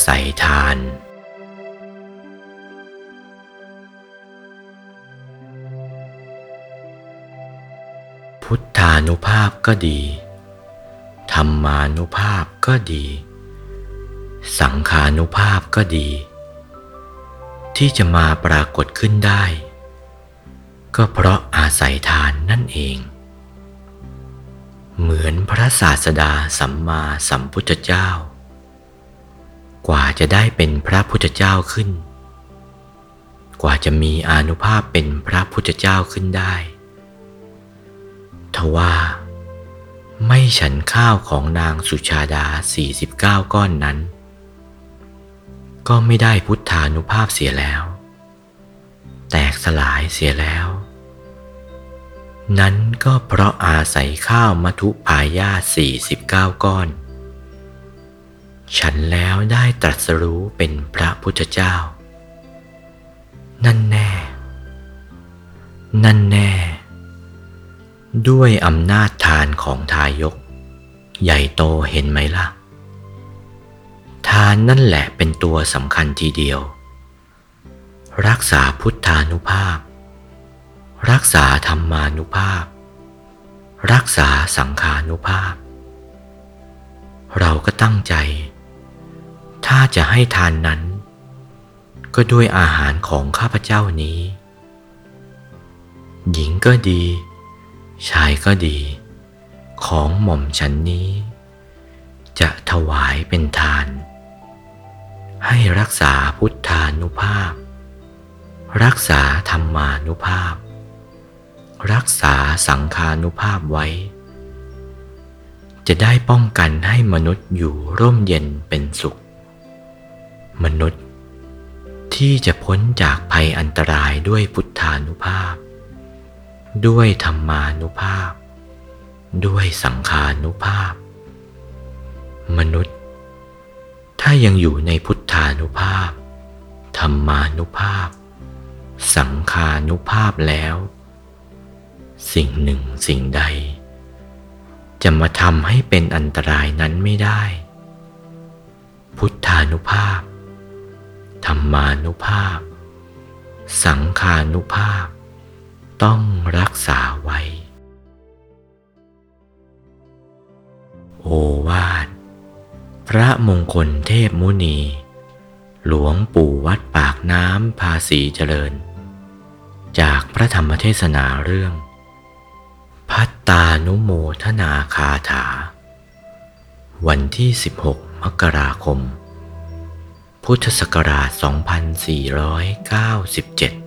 ศัยทานพุทธานุภาพก็ดีธรรมานุภาพก็ดีสังขานุภาพก็ดีที่จะมาปรากฏขึ้นได้ก็เพราะอาศัยทานนั่นเองเหมือนพระศาสดาสัมมาสัมพุทธเจ้ากว่าจะได้เป็นพระพุทธเจ้าขึ้นกว่าจะมีอานุภาพเป็นพระพุทธเจ้าขึ้นได้ทว่าไม่ฉันข้าวของนางสุชาดา49ก้อนนั้นก็ไม่ได้พุทธานุภาพเสียแล้วแตกสลายเสียแล้วนั้นก็เพราะอาศัยข้าวมัทุปายาต49ก้อนฉันแล้วได้ตรัสรู้เป็นพระพุทธเจ้านั่นแน่นั่นแน่ด้วยอำนาจทานของทายกใหญ่โตเห็นไหมล่ะทานนั่นแหละเป็นตัวสำคัญทีเดียวรักษาพุทธานุภาพรักษาธรรมานุภาพรักษาสังขานุภาพเราก็ตั้งใจถ้าจะให้ทานนั้นก็ด้วยอาหารของข้าพเจ้านี้หญิงก็ดีชายก็ดีของหม่อมฉันนี้จะถวายเป็นทานให้รักษาพุทธานุภาพรักษาธรรมานุภาพรักษาสังขานุภาพไว้จะได้ป้องกันให้มนุษย์อยู่ร่มเย็นเป็นสุขมนุษย์ที่จะพ้นจากภัยอันตรายด้วยพุทธานุภาพด้วยธรรมานุภาพด้วยสังขานุภาพมนุษย์ถ้ายังอยู่ในพุทธานุภาพธรรมานุภาพสังขานุภาพแล้วสิ่งหนึ่งสิ่งใดจะมาทำให้เป็นอันตรายนั้นไม่ได้พุทธานุภาพธรรมานุภาพสังขานุภาพต้องรักษาไว้โอวาทพระมงคลเทพมุนีหลวงปู่วัดปากน้ำภาษีเจริญจากพระธรรมเทศนาเรื่องภัตตานุโมทนาคาถาวันที่16 มกราคมพุทธศักราช 2497